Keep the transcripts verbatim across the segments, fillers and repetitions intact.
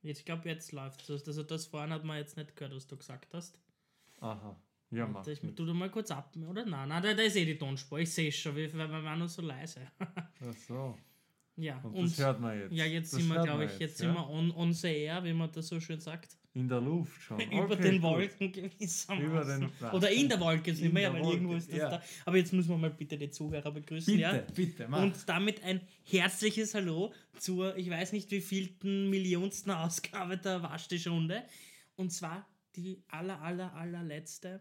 Jetzt, ich glaube, jetzt läuft es. Also das vorhin hat man jetzt nicht gehört, was du gesagt hast. Aha. Ja, mach. Ich tu da mal kurz ab, oder? Nein, nein, da, da ist eh die Tonspur. Ich sehe es schon, weil wir waren nur so leise. Ach so. Ja, und, und das hört man jetzt. Ja, jetzt das sind wir, hört glaube man ich, jetzt, jetzt sind ja? wir on, on the air, wie man das so schön sagt. In der Luft schon. Über Okay, den gut. Wolken gewissermaßen. Über den, Oder in der Wolke sind In wir ja, der weil Wolke, irgendwo ist das ja. da. Aber jetzt müssen wir mal bitte die Zuhörer begrüßen. Bitte, ja? bitte, mach. Und damit ein herzliches Hallo zur, ich weiß nicht wievielten Millionsten Ausgabe der Waschtischrunde. Und zwar die aller, aller, allerletzte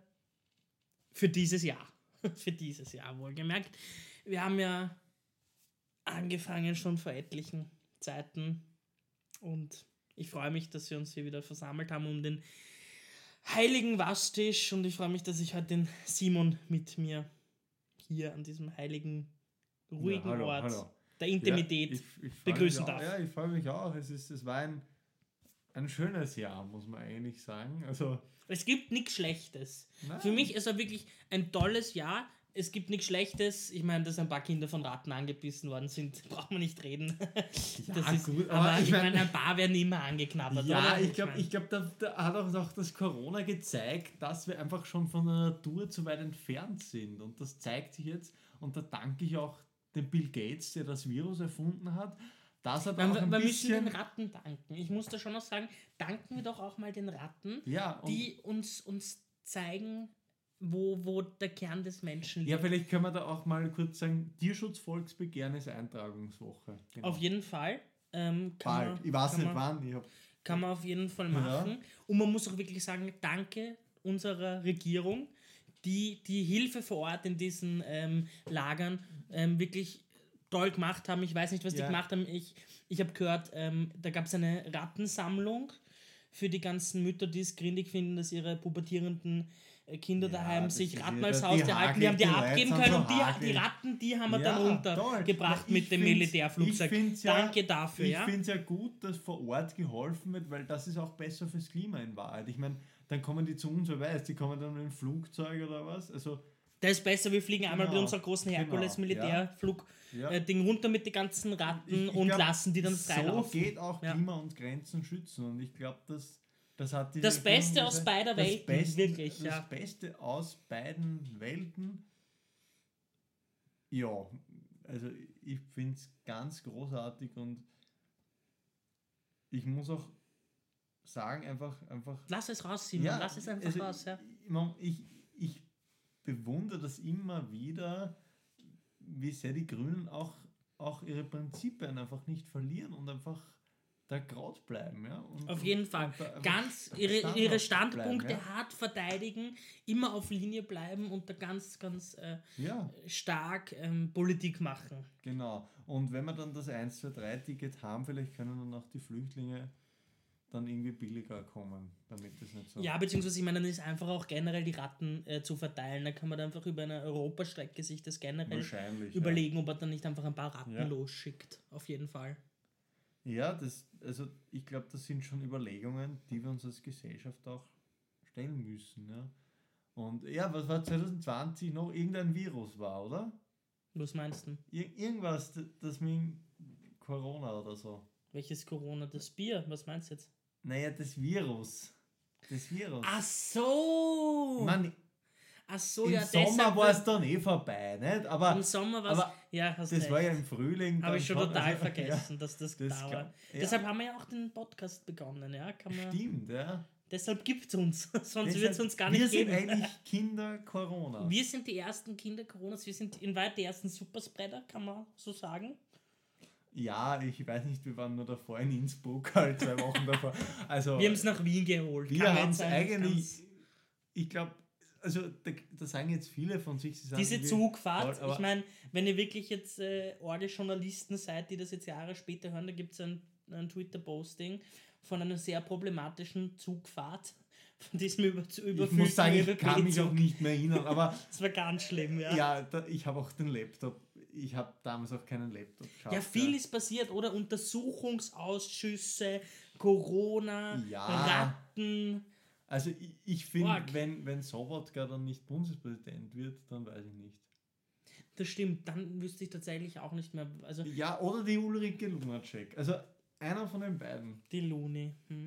für dieses Jahr. Für dieses Jahr wohlgemerkt. Wir haben ja angefangen schon vor etlichen Zeiten und ich freue mich, dass wir uns hier wieder versammelt haben um den heiligen Waschtisch und ich freue mich, dass ich heute den Simon mit mir hier an diesem heiligen, ruhigen ja, hallo, Ort hallo. der Intimität ja, ich, ich freu begrüßen mich auch, darf. Ja, ich freue mich auch. Es, ist, es war ein, ein schönes Jahr, muss man eigentlich sagen. Also, Es gibt nichts Schlechtes. Nein. Für mich ist es wirklich ein tolles Jahr. Es gibt nichts Schlechtes. Ich meine, dass ein paar Kinder von Ratten angebissen worden sind, braucht man nicht reden. Ja, das ist, gut, aber, aber ich ich meine, mein- ein paar werden immer angeknabbert. ja, oder? ich glaube, mein- ich glaub, da, da hat auch noch das Corona gezeigt, dass wir einfach schon von der Natur zu weit entfernt sind. Und das zeigt sich jetzt. Und da danke ich auch dem Bill Gates, der das Virus erfunden hat. Das hat Man, auch ein wir müssen bisschen... den Ratten danken. Ich muss da schon noch sagen, danken wir doch auch mal den Ratten, ja, und die uns, uns zeigen, wo, wo der Kern des Menschen ja, liegt. vielleicht können wir da auch mal kurz sagen, Tierschutzvolksbegehren ist Eintragungswoche. Genau. Auf jeden Fall. Ähm, kann Bald. man, Ich weiß kann nicht man, wann. Ich hab, Kann man auf jeden Fall machen. Und man muss auch wirklich sagen, danke unserer Regierung, die die Hilfe vor Ort in diesen ähm, Lagern ähm, wirklich toll gemacht haben. Ich weiß nicht, was die Ja. gemacht haben. Ich, ich habe gehört, ähm, da gab es eine Rattensammlung für die ganzen Mütter, die es grindig finden, dass ihre pubertierenden äh, Kinder Ja, daheim das sich ist Ratten ja- als die Haustier halten. Die haben die Hagel, die abgeben Leute können sind und so die, Hagel. die Ratten, die haben wir Ja, dann toll. runtergebracht Ja, mit ich dem find's- Militärflugzeug. ich find's ja- Danke dafür. Ich ja? finde es ja gut, dass vor Ort geholfen wird, weil das ist auch besser fürs Klima in Wahrheit. Ich meine, dann kommen die zu uns, wer weiß, die kommen dann mit dem Flugzeug oder was. Also, Das ist besser, wir fliegen einmal mit Genau, unserem großen genau, Herkules-Militärflug-Ding ja. äh, runter mit den ganzen Ratten ich und glaub, lassen die dann frei so laufen. geht auch Ja. Klima und Grenzen schützen. Und ich glaube, dass das hat diese Das Beste Regierung aus gesagt, beider das Welten, Beste, wirklich, Das ja. Beste aus beiden Welten. Ja, also ich finde es ganz großartig und ich muss auch sagen, einfach, einfach Lass es raus, Simon, Ja, lass es einfach also raus. Ja. man- ich, ich bewundere das immer wieder, wie sehr die Grünen auch, auch ihre Prinzipien einfach nicht verlieren und einfach da Kraut bleiben. Ja? Und, Auf jeden Fall. und da einfach Ganz ihre, standhaft ihre bleiben, Standpunkte ja. hart verteidigen, immer auf Linie bleiben und da ganz, ganz äh, Ja, stark ähm, Politik machen. genau. Und wenn wir dann das eins zwei drei Ticket haben, vielleicht können dann auch die Flüchtlinge dann irgendwie billiger kommen, damit das nicht so... Ja, beziehungsweise ich meine, dann ist einfach auch generell die Ratten äh, zu verteilen. Da kann man dann einfach über eine Europastrecke sich das generell Wahrscheinlich, überlegen, ob man dann nicht einfach ein paar Ratten Ja. losschickt. Auf jeden Fall. Ja, das, also ich glaube, das sind schon Überlegungen, die wir uns als Gesellschaft auch stellen müssen. Ja. Und ja, was war zwanzig zwanzig noch? Irgendein Virus war, oder? Was meinst du? Ir irgendwas, d- das mit Corona oder so. Welches Corona? Das Bier? Was meinst du jetzt? Naja, das Virus. Das Virus. Ach so! Mann, Ach so, im ja, Sommer deshalb- war es dann eh vorbei, nicht? Aber Im Sommer war es. aber Ja, hast das recht. war ja im Frühling. Habe dann ich schon schon, total also, vergessen, dass das, das da war. glaub- ja. Deshalb haben wir ja auch den Podcast begonnen, ja? Kann Ja, man, stimmt, ja. deshalb gibt es uns, sonst Deshalb- würde es uns gar nicht wir geben. sind eigentlich Kinder Corona. Wir sind die ersten Kinder Coronas, wir sind in weit die ersten Superspreader, kann man so sagen. Ja, ich weiß nicht, wir waren nur davor in Innsbruck, halt zwei Wochen davor. Also, Wir haben es nach Wien geholt. wir Kann haben jetzt es ein eigentlich, ganz- ich glaube, also da, da sagen jetzt viele von sich, sie sagen, Diese wir- Zugfahrt, voll, aber- ich meine, wenn ihr wirklich jetzt äh, Orgel-Journalisten seid, die das jetzt Jahre später hören, da gibt es ein, ein Twitter-Posting von einer sehr problematischen Zugfahrt, von diesem über, zu ich überfüllten muss sagen, ich ÖBB kann mich Zug. auch nicht mehr erinnern, aber Das war ganz schlimm, ja. ja, da, ich habe auch den Laptop, ich habe damals auch keinen Laptop gehabt. Ja, viel ist passiert, oder? Untersuchungsausschüsse, Corona, Ja. Ratten. Also ich, ich finde, Arg. wenn, wenn Sobotka dann nicht Bundespräsident wird, dann weiß ich nicht. Das stimmt, dann wüsste ich tatsächlich auch nicht mehr. Also Ja, oder die Ulrike Lunacek. Also einer von den beiden. die Luni. Hm.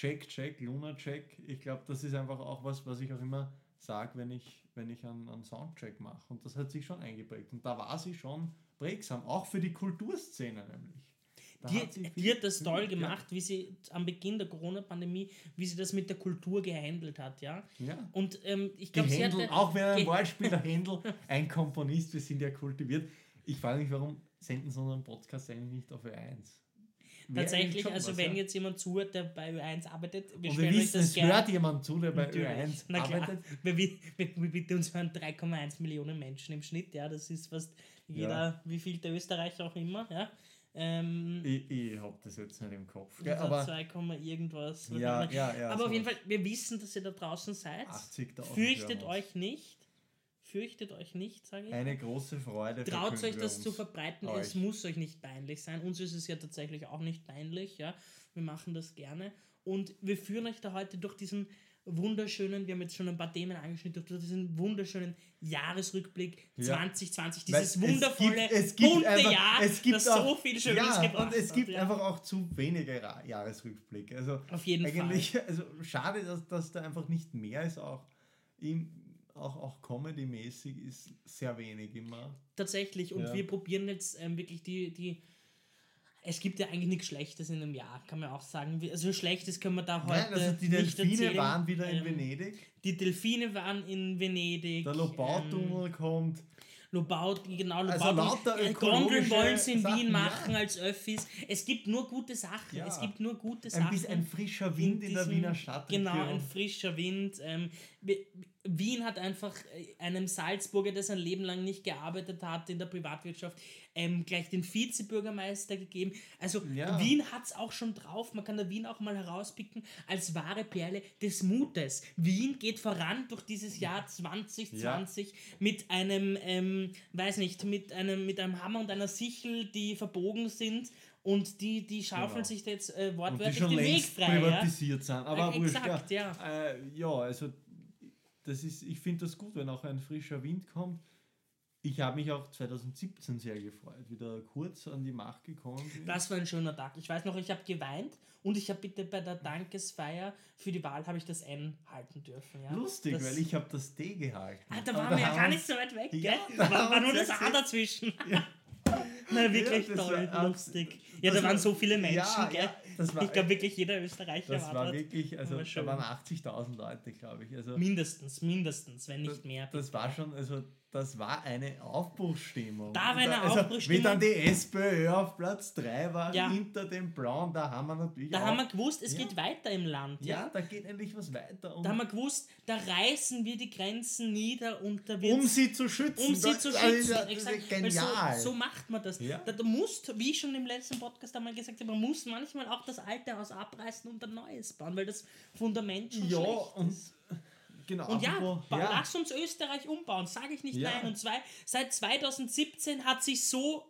Check, check, Luna-Check. Ich glaube, das ist einfach auch was, was ich auch immer sage, wenn ich, wenn ich einen, einen Soundcheck mache. Und das hat sich schon eingeprägt. Und da war sie schon prägsam, auch für die Kulturszene nämlich. Da Die, hat sie die viel- hat das toll ja. gemacht, wie sie am Beginn der Corona-Pandemie, wie sie das mit der Kultur gehandelt hat, ja. Ja. Und ähm, ich glaube, sie Händel, hatte... auch wenn ein ge- Wortspieler Händel, ein Komponist, wir sind ja kultiviert. Ich frage mich, warum senden so einen Podcast eigentlich nicht auf Ö eins? Wäre eigentlich Tatsächlich, schon also was, wenn ja? jetzt jemand zuhört, der bei Ö eins arbeitet, wir Und wir stellen euch wissen, das es gerne. hört jemand zu, der bei Ö Natürlich. eins Na klar, arbeitet. wir, wir, wir, bitte uns hören drei Komma eins Millionen Menschen im Schnitt, ja, das ist fast jeder, Ja. wie viel der Österreicher auch immer, ja. Ähm, Ich, ich habe das jetzt nicht im Kopf. Gell? also Aber zwei, irgendwas. ja, ja, ja. Aber auf jeden sowas. Fall, wir wissen, dass ihr da draußen seid. achtzigtausend Fürchtet hören uns. euch nicht. Fürchtet euch nicht, sage ich. Eine große Freude. Traut verkünden euch wir das uns zu verbreiten, euch. es muss euch nicht peinlich sein. Uns ist es ja tatsächlich auch nicht peinlich, ja. Wir machen das gerne. Und wir führen euch da heute durch diesen wunderschönen, wir haben jetzt schon ein paar Themen angeschnitten, durch diesen wunderschönen Jahresrückblick Ja. zwanzig zwanzig, Weil dieses wundervolle, es gibt, es gibt bunte einfach, Jahr, es gibt das auch, so viel Schönes ja, gebracht und es hat, gibt ja. einfach auch zu wenige Ra- Jahresrückblicke. Also Auf jeden eigentlich, Fall. also schade, dass, dass da einfach nicht mehr ist, auch, im, auch, auch Comedy-mäßig ist sehr wenig immer. Tatsächlich. Und Ja. wir probieren jetzt ähm, wirklich die, die. Es gibt ja eigentlich nichts Schlechtes in einem Jahr, kann man auch sagen. Wir- Also Schlechtes können wir da heute Nein, also die nicht Delfine erzählen. waren wieder in Ähm, Venedig, Die Delfine waren in Venedig. der Lobautunnel kommt. Lobau, genau, Also Lobau. lauter äh, ökologische Gondeln wollen sie in Sachen, Wien ja. machen als Öffis. Es gibt nur gute Sachen. Ja. Es gibt nur gute Ein Sachen. bisschen ein frischer Wind in, der diesem- Wiener Stadt. Genau, ein frischer Wind. Ähm, Wi- Wien hat einfach äh, einem Salzburger, der sein Leben lang nicht gearbeitet hat in der Privatwirtschaft, ähm, gleich den Vizebürgermeister gegeben. Also Ja. Wien hat es auch schon drauf. Man kann da Wien auch mal herauspicken als wahre Perle des Mutes. Wien geht voran durch dieses Jahr zwanzig zwanzig mit einem, ähm, weiß nicht, mit einem, mit einem Hammer und einer Sichel, die verbogen sind. Und die, die schaufeln Genau. sich da jetzt äh, und die wortwörtlich schon den Weg längst frei. Ja? privatisiert sind. Aber Äh, wurscht, exakt, ja. ja. Äh, ja, also das ist, ich finde das gut, wenn auch ein frischer Wind kommt. Ich habe mich auch zwanzig siebzehn sehr gefreut, wie der Kurz an die Macht gekommen ist. Das war ein schöner Tag. Ich weiß noch, ich habe geweint und ich habe bitte bei der Dankesfeier für die Wahl habe ich das N halten dürfen. Ja? Lustig, das, weil ich habe das D gehalten. Ah, da Aber waren wir ja haben gar uns- nicht so weit weg, gell? Ja, Da da war, haben war wir nur uns das A gesehen. dazwischen. Ja. Na, wirklich Ja, das toll, war lustig. Ja, das da waren war- so viele Menschen, ja, gell? ja, das war- ich glaube wirklich jeder Österreicher Das war dort. wirklich, also war schön. da waren achtzigtausend Leute, glaube ich. Also Mindestens, mindestens, wenn nicht mehr. das war schon, also das war eine Aufbruchsstimmung. Da war eine also, Aufbruchsstimmung. Wie dann die SPÖ auf Platz drei war, Ja. hinter dem Blauen, da haben wir natürlich Da auch, haben wir gewusst, es Ja. geht weiter im Land. ja, da geht endlich was weiter. Und Da haben wir gewusst, da reißen wir die Grenzen nieder und da wird um sie zu schützen. um sie Das- zu also, schützen. das ist Exakt. Weil genial. so, so macht man das. Ja. Da, du musst, wie ich schon im letzten Podcast einmal gesagt habe, man muss manchmal auch das alte Haus abreißen und ein neues bauen, weil das Fundament schon ja, schlecht und ist. genau. Und ja, apropos- ba- lass uns Österreich umbauen, sage ich nicht Ja. nein. Und zwei, seit zwanzig siebzehn hat sich so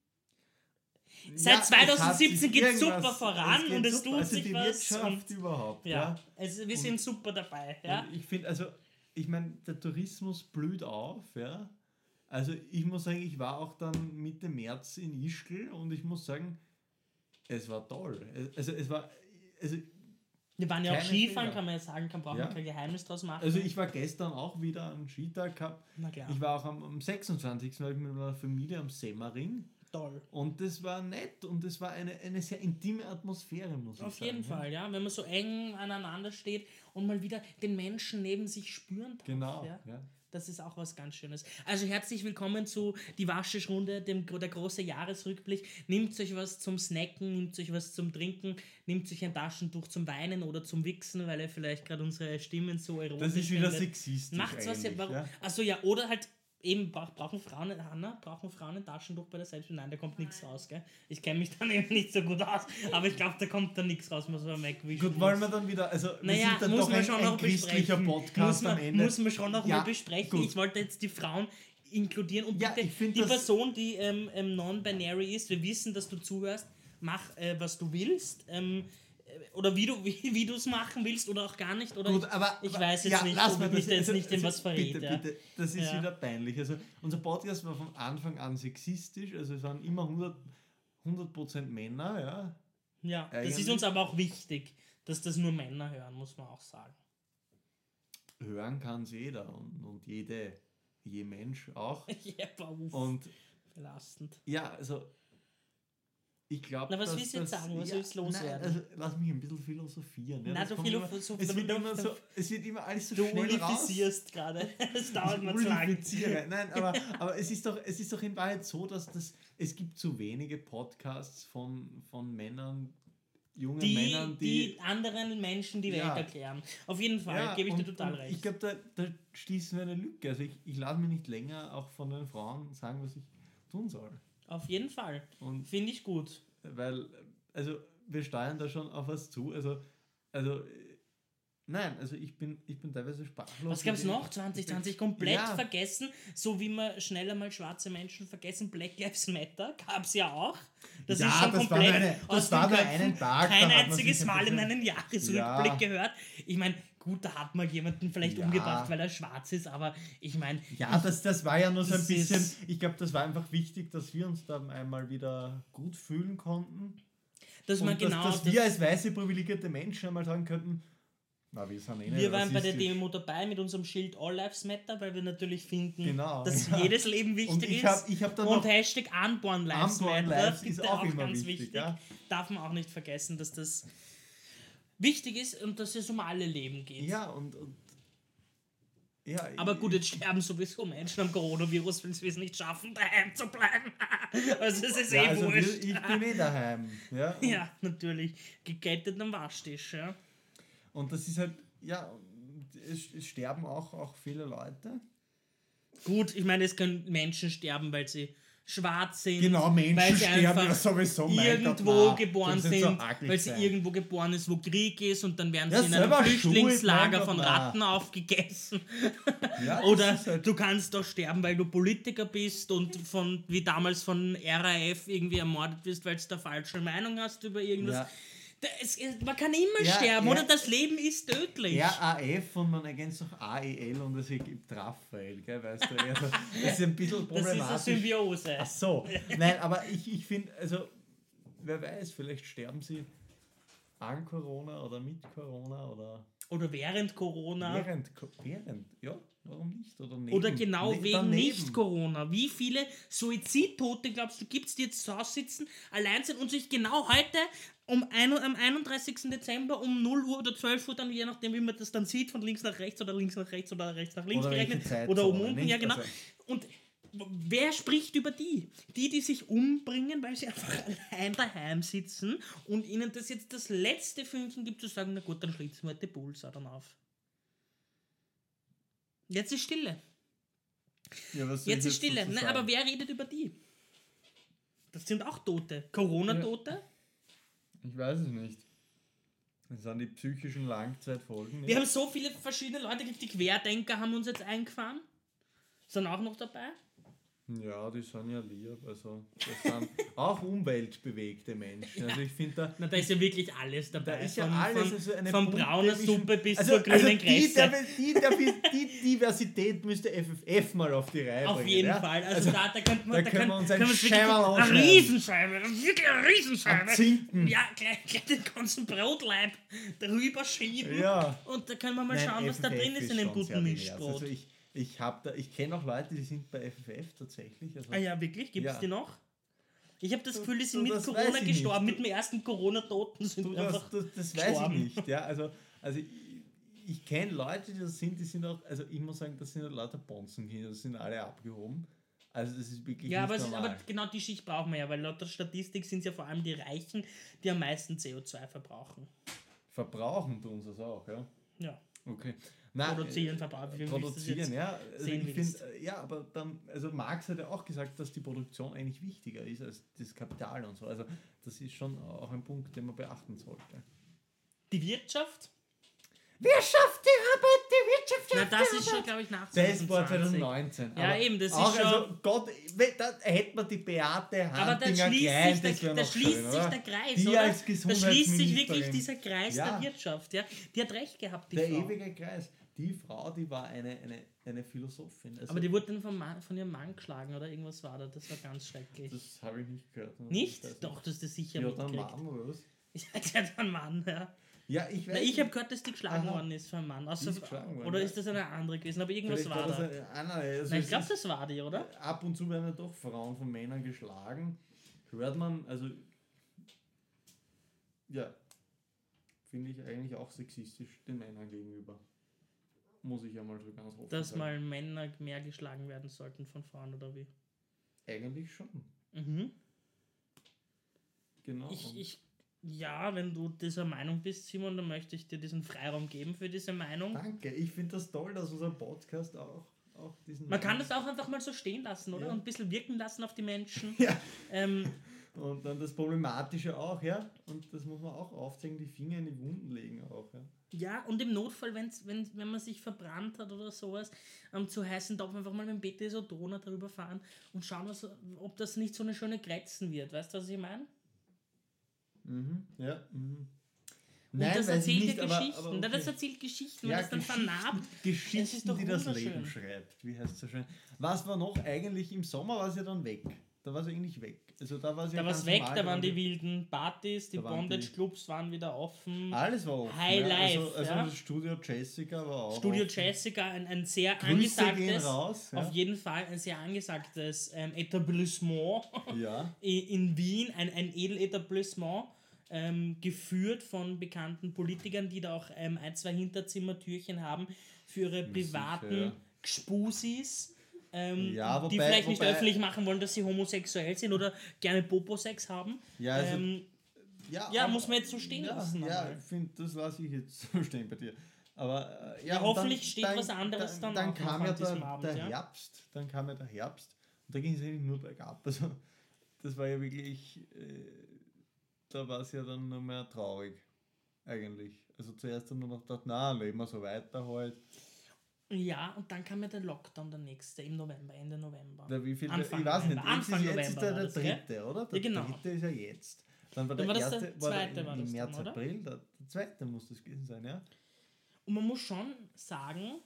Ja, Seit es hat zwanzig siebzehn sich geht irgendwas- super voran geht und es super. tut also sich die was Wirtschaft und- überhaupt. ja, Ja. also wir sind super dabei. Ja? Und ich finde, also, ich meine, der Tourismus blüht auf, ja. Also ich muss sagen, ich war auch dann Mitte März in Ischgl und ich muss sagen, es war toll. Also es war, also, Wir waren ja auch Keine Skifahren, Fehler. kann man ja sagen, kann brauchen Ja. wir kein Geheimnis draus machen. also ich war gestern auch wieder am Skitag gehabt. Na klar, Ich war auch am, am sechsundzwanzigsten war ich mit meiner Familie am Semmering toll. und das war nett und das war eine, eine sehr intime Atmosphäre, muss ich Auf sagen. jeden ja. Fall, ja, wenn man so eng aneinander steht und mal wieder den Menschen neben sich spüren darf. Genau, Ja? ja. Das ist auch was ganz Schönes. Also herzlich willkommen zu die Waschtischrunde, dem der große Jahresrückblick. Nehmt euch was zum Snacken, nehmt euch was zum Trinken, nehmt euch ein Taschentuch zum Weinen oder zum Wichsen, weil ihr vielleicht gerade unsere Stimmen so erotisch Das ist wieder findet. sexistisch Macht's was ihr, eigentlich, warum, ja. Achso, ja, oder halt eben brauch- brauchen Frauen, Hanna, brauchen Frauen ein Taschentuch bei der Selbstbildung? Nein, da kommt nichts raus, gell? Ich kenne mich dann eben nicht so gut aus, aber ich glaube, da kommt dann nichts raus, man so wegwischen Gut, wollen muss. wir dann wieder, also wir Naja, sind dann muss doch man ein, schon ein noch christlicher besprechen. Podcast muss man, am Ende. Muss man schon noch Ja, mal besprechen. gut. Ich wollte jetzt die Frauen inkludieren und Ja, bitte ich find die das- Person, die ähm, ähm, non-binary ist, wir wissen, dass du zuhörst, mach, äh, was du willst. Ähm, äh, oder wie du wie, wie du es machen willst oder auch gar nicht. Oder Gut, ich, aber, ich aber- weiß jetzt ja, nicht, lass ob mal ich mich das- da jetzt also- nicht in also was verrät. Bitte, ja. bitte, das ist Ja. wieder peinlich. Also unser Podcast war von Anfang an sexistisch, also es waren immer hundert Prozent Männer, ja. Ja, das Eigentlich- ist uns aber auch wichtig, dass das nur Männer hören, muss man auch sagen. Hören kann es jeder und, und jede, je Mensch auch. Ja, uff, Und belastend. ja, also ich glaube, Na, was dass willst du jetzt das- sagen? Was ja, willst du loswerden? Nein, also lass mich ein bisschen philosophieren. Ja, Na, das du kommt immer, philosoph- es, wird immer so, es wird immer alles so Du schnell raus. ulifizierst gerade. Es dauert Ich mal zu lang. ulifiziere. Nein, aber, aber es, ist doch, es ist doch in Wahrheit so, dass das, es gibt zu wenige Podcasts von, von Männern, jungen Die, Männern, die... die anderen Menschen die Welt Ja. erklären. Auf jeden Fall, Ja, gebe ich und, dir total und recht. Ich glaube, da, da schließen wir eine Lücke. Also ich, ich lasse mir nicht länger auch von den Frauen sagen, was ich tun soll. Auf jeden Fall. Und Finde ich gut. weil, also wir steuern da schon auf was zu. Also, also äh, nein, also ich bin, ich bin teilweise sprachlos. Was gab es Ich- noch? ich zwanzig bin- zwanzig komplett Ja. vergessen, so wie wir schneller mal schwarze Menschen vergessen. Black Lives Matter gab es ja auch. Das Ja, ist schon das war komplett nur eine- das aus war den nur Köpfen. einen Tag, Kein da hat man einziges sich ein Mal in bisschen- einen Jahresrückblick Ja. gehört. Ich meine, gut, da hat mal jemanden vielleicht Ja. umgebracht, weil er schwarz ist, aber ich meine, Ja, das, das war ja nur so ein Das bisschen, ist- ich glaube, das war einfach wichtig, dass wir uns da einmal wieder gut fühlen konnten. dass Und man genau... dass, dass das- wir als weiße privilegierte Menschen einmal sagen könnten, na, wir sind eh nicht Wir waren bei der rassistisch. Demo dabei mit unserem Schild All Lives Matter, weil wir natürlich finden, Genau, dass ja. jedes Leben Und wichtig ich ist. habe ich hab dann Und noch, Hashtag Unborn Lives Unborn Matter Lives ist bitte auch auch immer ganz wichtig, wichtig. ja. Darf man auch nicht vergessen, dass das wichtig ist und dass es um alle Leben geht. ja, und, und ja, Aber ich- gut, jetzt sterben sowieso Menschen am Coronavirus, wenn sie es nicht schaffen, daheim zu bleiben. Also es ist ja, eh also wir, wurscht. ich bin eh daheim. Ja, und, Ja, natürlich. Gekettet am Waschtisch, ja. und das ist halt, ja, und es, es sterben auch, auch viele Leute. Gut, ich meine, es können Menschen sterben, weil sie schwarz sind. Genau, Menschen weil sie sterben einfach ja sowieso, mein irgendwo Gott, na, geboren soll es sind, nicht so arglich weil sie sein. irgendwo geboren ist, wo Krieg ist und dann werden Ja, sie in einem selber Flüchtlingslager schuld, mein von Gott, na. Ratten aufgegessen. Ja, das Oder ist halt- du kannst doch sterben, weil du Politiker bist und von wie damals von R A F irgendwie ermordet bist, weil du da falsche Meinung hast über irgendwas. Ja. Da, es, man kann immer Ja, sterben, ja. oder? Das Leben ist tödlich. R A F und man ergänzt noch A E L und es ergibt Raphael, gell, weißt du? Also, das ist ein bisschen Das ist eine problematisch. Symbiose. Ach so, nein, aber ich, ich finde, also, wer weiß, vielleicht sterben sie an Corona oder mit Corona oder Oder während Corona. während, Co- während, ja, warum nicht? Oder, neben, Oder genau ne- wegen daneben. Nicht-Corona. Wie viele Suizidtote, glaubst du, gibt es, die jetzt zu Hause sitzen, allein sind und sich genau heute um ein, am einunddreißigsten Dezember um null Uhr oder zwölf Uhr, dann je nachdem, wie man das dann sieht, von links nach rechts oder links nach rechts oder rechts nach links Oder welche gerechnet Zeitzone, oder um unten, nicht? ja genau. Also- Und wer spricht über die? Die, die sich umbringen, weil sie einfach allein daheim sitzen und ihnen das jetzt das letzte Fünkchen gibt, zu sagen, na gut, dann schließen wir halt die Pulsadern auf. Jetzt ist Stille. Ja, was soll Jetzt ich ist Stille. dazu Nein, sagen? aber wer redet über die? Das sind auch Tote. Corona-Tote. Ich weiß es nicht. Das sind die psychischen Langzeitfolgen. Wir haben so viele verschiedene Leute, die Querdenker haben uns jetzt eingefahren. Sind auch noch dabei. Ja, die sind ja lieb. Also, das sind auch umweltbewegte Menschen. Also ich finde da, Na, da ist ja wirklich alles da dabei. ist ja von, alles. von, Also eine von bunte brauner Mischung. Suppe bis also, zur grünen also die, Kresse. die, die, die Diversität müsste F F F mal auf die Reihe Auf bringen. jeden ja? Fall. Also, da, da könnte man, da können wir uns ein können wirklich Scheiberl eine ausschneiden. Riesenscheibe, wirklich eine Riesenscheibe. Abzinken. Ja, gleich, gleich den ganzen Brotleib drüber schieben. Ja. Und da können wir mal Nein, schauen, was da F F F drin ist in dem schon guten sehr divers. Mischbrot. Also ich ich, hab da, ich kenne auch Leute, die sind bei F F F tatsächlich. Also Ah ja, wirklich? Gibt es Ja. die noch? Ich habe das Du- Gefühl, die sind du, mit das Corona weiß ich gestorben, nicht. mit dem ersten Corona-Toten sind Du, einfach das, das, das weiß gestorben. ich nicht. Ja, also, also ich, ich kenne Leute, die das sind, die sind auch, also ich muss sagen, das sind lauter Bonzenkinder, das sind alle abgehoben. Also das ist wirklich Ja, nicht aber, es ist, normal. aber genau die Schicht brauchen wir ja, weil laut der Statistik sind es ja vor allem die Reichen, die am meisten C O zwei verbrauchen. Verbrauchen tun sie es auch, ja. Ja, Okay. Nein, produzieren, äh, verbrauchen. Wie willst du das Produzieren, jetzt ja. Also sehen ich willst. finde, ja, aber dann, also Marx hat ja auch gesagt, dass die Produktion eigentlich wichtiger ist als das Kapital und so. Also das ist schon auch ein Punkt, den man beachten sollte. Die Wirtschaft? Wirtschaft, die Arbeit, die Wirtschaft, Na, das ist schon, glaube ich, nach Das war zwanzig zwanzig. zwanzig neunzehn. Ja, aber eben, das ist auch, schon- Also Gott, we- da hätte man die Beate Aber da Handinger schließt, klein, sich, das der, wäre da noch schließt schön, sich oder? der Kreis, Die oder? als Da schließt sich wirklich Gesundheitsministerin. dieser Kreis Ja. der Wirtschaft. Ja? Die hat recht gehabt, die Der Frau. ewige Kreis. Die Frau, die war eine, eine, eine Philosophin. Also, Aber die wurde dann vom Mann, von ihrem Mann geschlagen oder irgendwas war da. Das war ganz schrecklich. das habe ich nicht gehört. Nicht? Ich weiß Doch, das ist das sicher Ja, dann mitgekriegt. Mann oder was? Ja, der hat einen Mann, ja. Ja, ich weiß Na, ich nicht. habe gehört, dass die geschlagen Aha. worden ist von einem Mann. Außer, ist geschlagen worden, oder ja. ist das eine andere gewesen? Aber irgendwas Vielleicht war das da. ein- ah, nein, also Nein, ich es glaube, ist- das war die, oder? Ab und zu werden ja doch Frauen von Männern geschlagen. Hört man, also ja, finde ich eigentlich auch sexistisch den Männern gegenüber. Muss ich ja mal so ganz offen Dass sagen. mal Männer mehr geschlagen werden sollten von Frauen, oder wie? Eigentlich schon. Mhm. Genau. Ich, ich, ja, wenn du dieser Meinung bist, Simon, dann möchte ich dir diesen Freiraum geben für diese Meinung. Danke, ich finde das toll, dass unser Podcast auch, auch diesen... Man kann das auch einfach mal so stehen lassen, oder? Ja. Und ein bisschen wirken lassen auf die Menschen. Ja. Ähm, Und dann das Problematische auch, ja. Und das muss man auch aufzeigen, die Finger in die Wunden legen auch, ja. ja, und im Notfall, wenn's, wenn, wenn man sich verbrannt hat oder sowas, ähm, zu heißen Topf einfach mal mit dem Betisodona drüber fahren und schauen, was, ob das nicht so eine schöne Grätzen wird. Weißt du, was ich meine? Mhm, ja. Mhm. Und Nein, das weiß ich erzählt nicht, dir aber, Geschichten. aber Na, okay. das erzählt Geschichten, wenn Ja, das dann Geschichten, vernarbt. Geschichten, Es ist doch die das wunderschön. Leben schreibt. Wie heißt es so schön? Was war noch eigentlich im Sommer, war es ja dann weg. Da war es eigentlich weg. Also da war es ja Da war es ganz weg, normal, da waren die die- wilden Partys, die Da waren Bondage-Clubs waren wieder offen. Alles war offen. High ja. Life, Also, also ja. das Studio Jessica war auch Studio offen. Jessica, ein, ein sehr Grüße gehen angesagtes, raus. Ja. auf jeden Fall ein sehr angesagtes ähm, Etablissement ja. i- in Wien, ein, ein Edeletablissement, ähm, geführt von bekannten Politikern, die da auch ähm, ein, zwei Hinterzimmertürchen haben für ihre privaten sicher, ja. Gspunsis. Ähm, Ja, die wobei- vielleicht nicht wobei- öffentlich machen wollen, dass sie homosexuell sind oder gerne Popo-Sex haben. Ja, also, ähm, ja, ja, aber- muss man jetzt so stehen ja, lassen Ja, einmal. ich finde, das lasse ich jetzt so stehen bei dir. Aber äh, ja, Ja, und hoffentlich steht was anderes dann dann auch kam noch ja an diesem der, Abend, der ja. Herbst, dann kam ja der Herbst und da ging es eigentlich nur bergab. Also das war ja wirklich, äh, da war es ja dann nur mehr traurig eigentlich. Also zuerst haben wir noch gedacht, na, leben wir so weiter halt. Ja, und dann kam ja der Lockdown, der nächste, im November, Ende November. Der, wie viel, Anfang ich weiß nicht, November, jetzt, Anfang ist, jetzt ist November der, war der das, gell? dritte, oder? Der Ja, genau. dritte ist ja jetzt. Dann war Dann der war das erste, der war der zweite im, war im das März, dann, oder? April, der, der zweite muss das gewesen sein, ja. Und man muss schon sagen,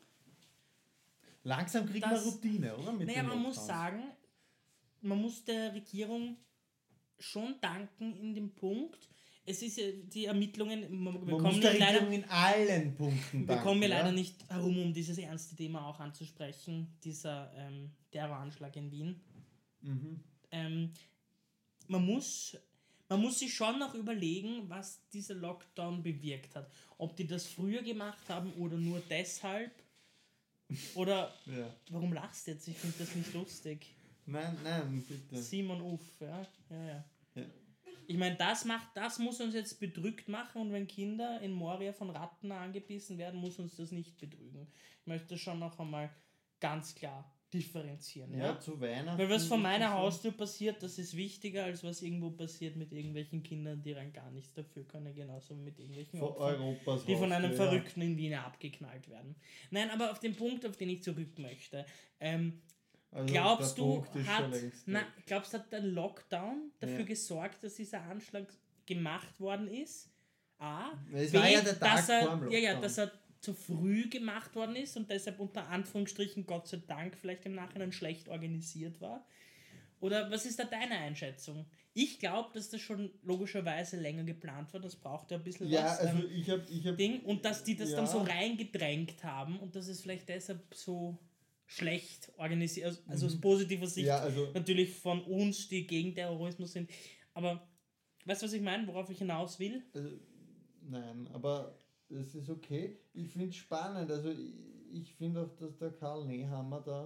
Langsam kriegt man Das- Routine, oder? Mit naja, den man muss Lockdowns. sagen, man muss der Regierung schon danken in dem Punkt, es ist ja die Ermittlungen, wir Man kommen muss ja der leider, Regierung in allen Punkten wir danken. kommen ja leider ja? nicht herum, um dieses ernste Thema auch anzusprechen, dieser ähm, Terroranschlag in Wien. Mhm. Ähm, man muss man muss sich schon noch überlegen, was dieser Lockdown bewirkt hat. Ob die das früher gemacht haben oder nur deshalb. Oder, Ja. warum lachst du jetzt? Ich finde das nicht lustig. Nein, nein, bitte. Simon Uff, ja. ja, ja. Ja. Ich meine, das macht, das muss uns jetzt bedrückt machen und wenn Kinder in Moria von Ratten angebissen werden, muss uns das nicht betrügen. Ich möchte das schon noch einmal ganz klar differenzieren. Ja, Ja? zu Weihnachten. Weil was vor ist meiner das so- Haustür passiert, das ist wichtiger, als was irgendwo passiert mit irgendwelchen Kindern, die rein gar nichts dafür können, genauso wie mit irgendwelchen Vor Opfern, Europas die von einem Haustür, ja. Verrückten in Wien abgeknallt werden. Nein, aber auf den Punkt, auf den ich zurück möchte. Ähm, Also glaubst der du, Punkt ist hat, schon längst na, weg. glaubst du, hat der Lockdown dafür Ja. gesorgt, dass dieser Anschlag gemacht worden ist? A. Es B, war ja der Tag dass er, vor dem ja, ja, Lockdown. dass er zu früh gemacht worden ist und deshalb unter Anführungsstrichen Gott sei Dank vielleicht im Nachhinein schlecht organisiert war? Oder was ist da deine Einschätzung? Ich glaube, dass das schon logischerweise länger geplant war, das braucht ja ein bisschen Ja, was. also ähm, ich habe ich hab, Ding, und dass die das ja. dann so reingedrängt haben und dass es vielleicht deshalb so schlecht organisiert, also, also aus positiver Sicht ja, also natürlich von uns, die gegen Terrorismus sind, aber weißt du, was ich meine, worauf ich hinaus will? Also, nein, aber es ist okay. Ich finde es spannend. Also ich, ich finde auch, dass der Karl Nehammer da,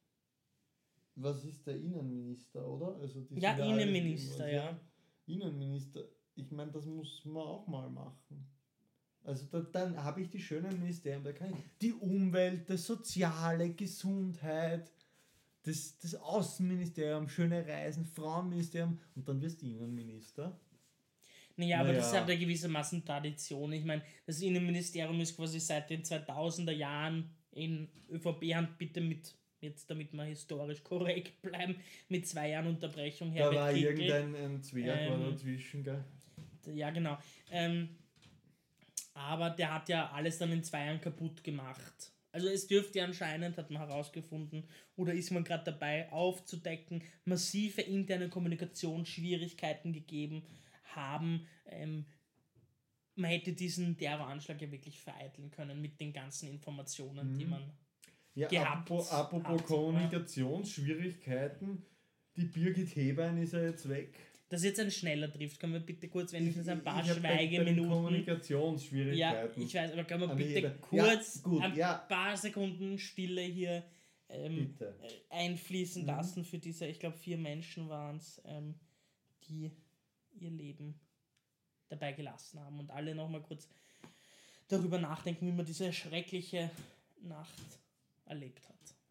was ist der Innenminister, oder? Also die Ja, sind alle Innenminister, irgendwas, ja. Innenminister. Ich meine, das muss man auch mal machen. Also da, dann habe ich die schönen Ministerien, da kann ich die Umwelt, das Soziale, Gesundheit, das, das Außenministerium, schöne Reisen, Frauenministerium und dann wirst du Innenminister. Naja, aber das Naja. hat ja gewissermaßen Tradition. Ich meine, das Innenministerium ist quasi seit den zweitausender Jahren in ÖVP-Hand, bitte mit, jetzt damit wir historisch korrekt bleiben, mit zwei Jahren Unterbrechung Da war Herbert Kickl. irgendein ein Zwerg war Ähm, dazwischen, gell? Ja, genau. Ähm, aber der hat ja alles dann in zwei Jahren kaputt gemacht. Also es dürfte anscheinend, hat man herausgefunden, oder ist man gerade dabei aufzudecken, massive interne Kommunikationsschwierigkeiten gegeben haben, ähm, man hätte diesen Terroranschlag ja wirklich vereiteln können mit den ganzen Informationen, Mhm. die man Ja, gehabt apropos, apropos hat, Kommunikationsschwierigkeiten, die Birgit Hebein ist ja jetzt weg. dass jetzt ein schneller trifft. Können wir bitte kurz wenigstens ein paar ich hab bei- bei den Schweigeminuten. Ja, Kommunikationsschwierigkeiten. ich weiß, aber können wir An bitte jeder- kurz Ja, gut, ein ja. paar Sekunden Stille hier ähm, Bitte. äh, einfließen Mhm. lassen für diese, ich glaube, vier Menschen waren es, ähm, die ihr Leben dabei gelassen haben und alle nochmal kurz darüber nachdenken, wie man diese schreckliche Nacht erlebt hat.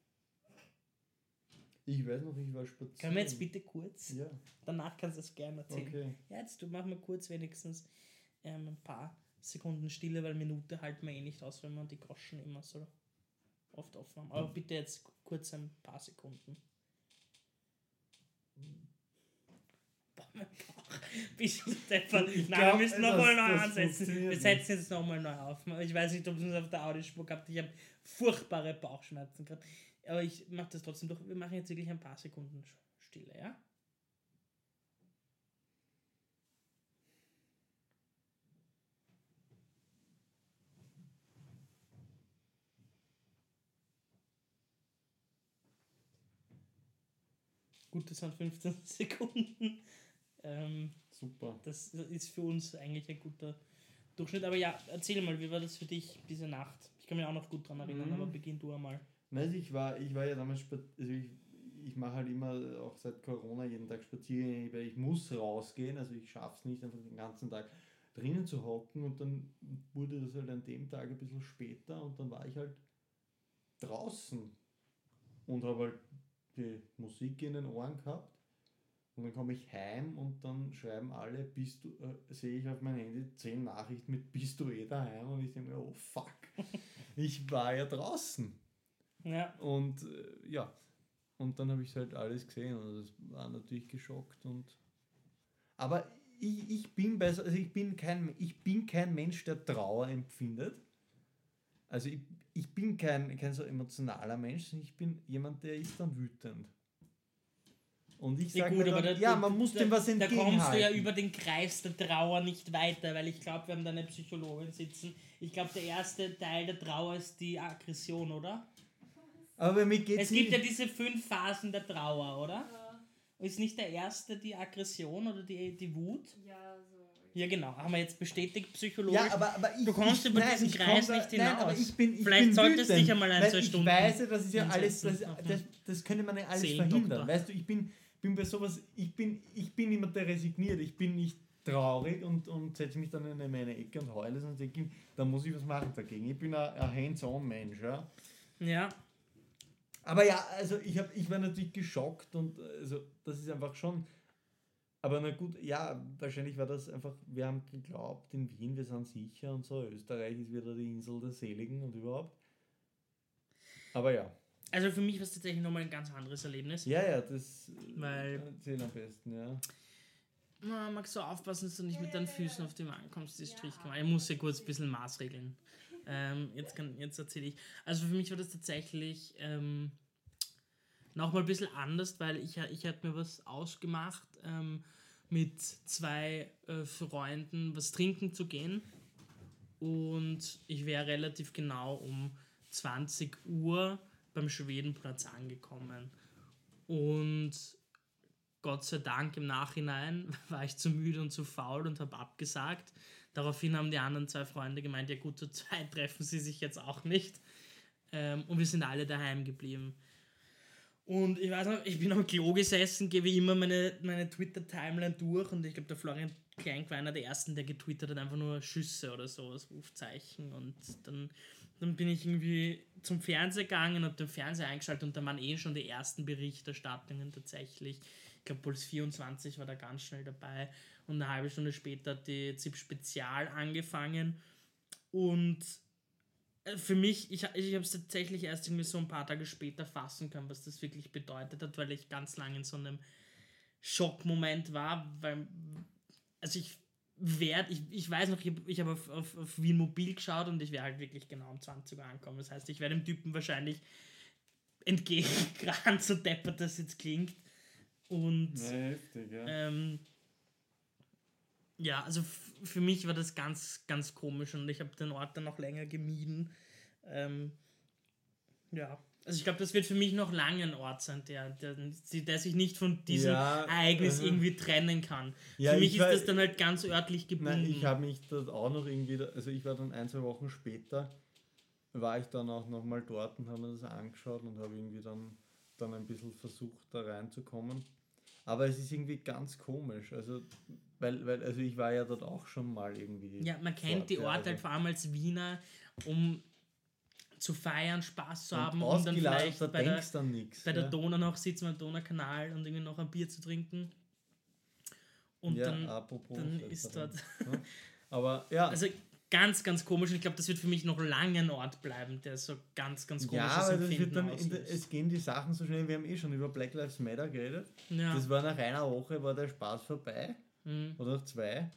Ich weiß noch, ich war spazieren. Können wir jetzt bitte kurz? Ja, Danach kannst du es gerne erzählen. okay. Ja, jetzt du mach mal kurz wenigstens ähm, ein paar Sekunden Stille, weil Minute halten wir eh nicht aus, wenn wir die Groschen immer so oft offen haben. Aber bitte jetzt kurz ein paar Sekunden. Boah, mein Bauch. Bist du deppert? Ich Nein, glaub, wir müssen das- nochmal neu das ansetzen. funktioniert Wir setzen jetzt nochmal neu auf. Ich weiß nicht, ob es uns auf der Audiospur gehabt. Ich habe furchtbare Bauchschmerzen gerade. Aber ich mache das trotzdem durch. Wir machen jetzt wirklich ein paar Sekunden Stille, ja? Gut, das sind fünfzehn Sekunden. Ähm, Super. das ist für uns eigentlich ein guter Durchschnitt. Aber ja, erzähl mal, wie war das für dich diese Nacht? Ich kann mich auch noch gut dran erinnern, Mhm. aber beginn du einmal. Nein, also ich war, ich war ja damals, spa- also ich, ich mache halt immer auch seit Corona jeden Tag Spaziergänge, weil ich muss rausgehen, also ich schaffe es nicht einfach den ganzen Tag drinnen zu hocken und dann wurde das halt an dem Tag ein bisschen später und dann war ich halt draußen und habe halt die Musik in den Ohren gehabt und dann komme ich heim und dann schreiben alle, bist du, äh, sehe ich auf mein Handy zehn Nachrichten mit bist du eh daheim und ich denke mir, oh fuck, ich war ja draußen. Ja, Und äh, ja, und dann habe ich halt alles gesehen und das war natürlich geschockt und aber ich, ich bin besser, also ich bin kein ich bin kein Mensch, der Trauer empfindet. Also ich, ich bin kein, kein so emotionaler Mensch, sondern ich bin jemand, der ist dann wütend. Und ich ja sage gut, mir aber dann, da, ja, da- man muss da, dem was da entgegenhalten. kommst du ja über den Kreis der Trauer nicht weiter, weil ich glaube, wir haben da eine Psychologin sitzen. Ich glaube, der erste Teil der Trauer ist die Aggression, oder? Aber bei mir geht's Es gibt ja nicht. diese fünf Phasen der Trauer, oder? Ist nicht der erste die Aggression oder die, die Wut? Ja, so. Ja, genau. Haben wir jetzt bestätigt, psychologisch. Ja, aber, aber ich, Du kommst ich, über nein, diesen ich Kreis komm da- nicht Nein, hinaus. aber ich bin, ich Vielleicht bin solltest du wütend, dich einmal ein, weil zwei ich Stunden weiß ja, das ist ja alles, hinsetzen das, auf das, einen das könnte man ja alles Seelendoktor. verhindern. Weißt du, ich bin, bin bei sowas, ich bin, ich bin jemand, der resigniert. Ich bin nicht traurig und, und setze mich dann in meine Ecke und heule, sondern denke, da muss ich was machen dagegen. Ich bin ein, ein Hands-on-Mensch, ja. Ja, Aber ja, also ich, hab, ich war natürlich geschockt und also das ist einfach schon. Aber na gut, ja, wahrscheinlich war das einfach, wir haben geglaubt, in Wien, wir sind sicher und so, Österreich ist wieder die Insel der Seligen und überhaupt. Aber ja, also für mich war es tatsächlich nochmal ein ganz anderes Erlebnis. ja, ja, das Weil- erzähl am besten, ja. Man mag so aufpassen, dass du nicht mit deinen Füßen auf dem ankommst, die Strichkammer. Ich muss ja kurz ein bisschen maßregeln. Ähm, jetzt kann, jetzt erzähle ich. Also für mich war das tatsächlich ähm, nochmal ein bisschen anders, weil ich, ich hatte mir was ausgemacht, ähm, mit zwei äh, Freunden was trinken zu gehen. Und ich wäre relativ genau um zwanzig Uhr beim Schwedenplatz angekommen. Und Gott sei Dank im Nachhinein war ich zu müde und zu faul und habe abgesagt. Daraufhin haben die anderen zwei Freunde gemeint, ja gut, zu zweit treffen sie sich jetzt auch nicht. Ähm, und wir sind alle daheim geblieben. Und ich weiß noch, ich bin am Klo gesessen, gehe wie immer meine, meine Twitter-Timeline durch und ich glaube, der Florian Kleink war einer der ersten, der getwittert hat, einfach nur Schüsse oder so, das Rufzeichen. Und dann, dann bin ich irgendwie zum Fernseher gegangen und habe den Fernseher eingeschaltet und da waren eh schon die ersten Berichterstattungen tatsächlich. Ich glaube, Puls vierundzwanzig war da ganz schnell dabei und eine halbe Stunde später hat die Z I P Spezial angefangen und für mich, ich, ich habe es tatsächlich erst irgendwie so ein paar Tage später fassen können, was das wirklich bedeutet hat, weil ich ganz lange in so einem Schockmoment war, weil, also ich werde, ich, ich weiß noch, ich habe ich hab auf, auf, auf Wien Mobil geschaut und ich wäre halt wirklich genau um zwanzig Uhr ankommen. Das heißt, ich werde dem Typen wahrscheinlich entgegengerannt, so deppert das jetzt klingt. Und Ja, heftig, ja. ähm, Ja, also f- für mich war das ganz, ganz komisch und ich habe den Ort dann noch länger gemieden. Ähm, ja, also ich glaube, das wird für mich noch lange ein Ort sein, der, der, der sich nicht von diesem Ja, Ereignis äh, irgendwie trennen kann. Ja, für mich ich ist war- das dann halt ganz örtlich gebunden. Nein, ich habe mich dort auch noch irgendwie, also ich war dann ein, zwei Wochen später, war ich dann auch nochmal dort und habe mir das angeschaut und habe irgendwie dann, dann ein bisschen versucht, da reinzukommen. Aber es ist irgendwie ganz komisch, also, weil, weil, also ich war ja dort auch schon mal irgendwie. Ja, man kennt dort, die ja, Orte also- halt vor allem als Wiener, um zu feiern, Spaß zu haben und und dann ausgeladen, vielleicht da bei der, denkst dann nichts. bei der Ja. Donau noch sitzen, am Donaukanal und irgendwie noch ein Bier zu trinken. Und Ja, dann, apropos dann Selbstverständlich. ist dort... Ja. Aber ja, Also ganz, ganz komisch. Und ich glaube, das wird für mich noch lange ein Ort bleiben, der so ganz, ganz komisches ja, aber das Empfinden wird dann in der, auslöst. es gehen die Sachen so schnell, wir haben eh schon über Black Lives Matter geredet. Ja. Das war nach einer Woche, war der Spaß vorbei. Mhm. Oder nach zwei.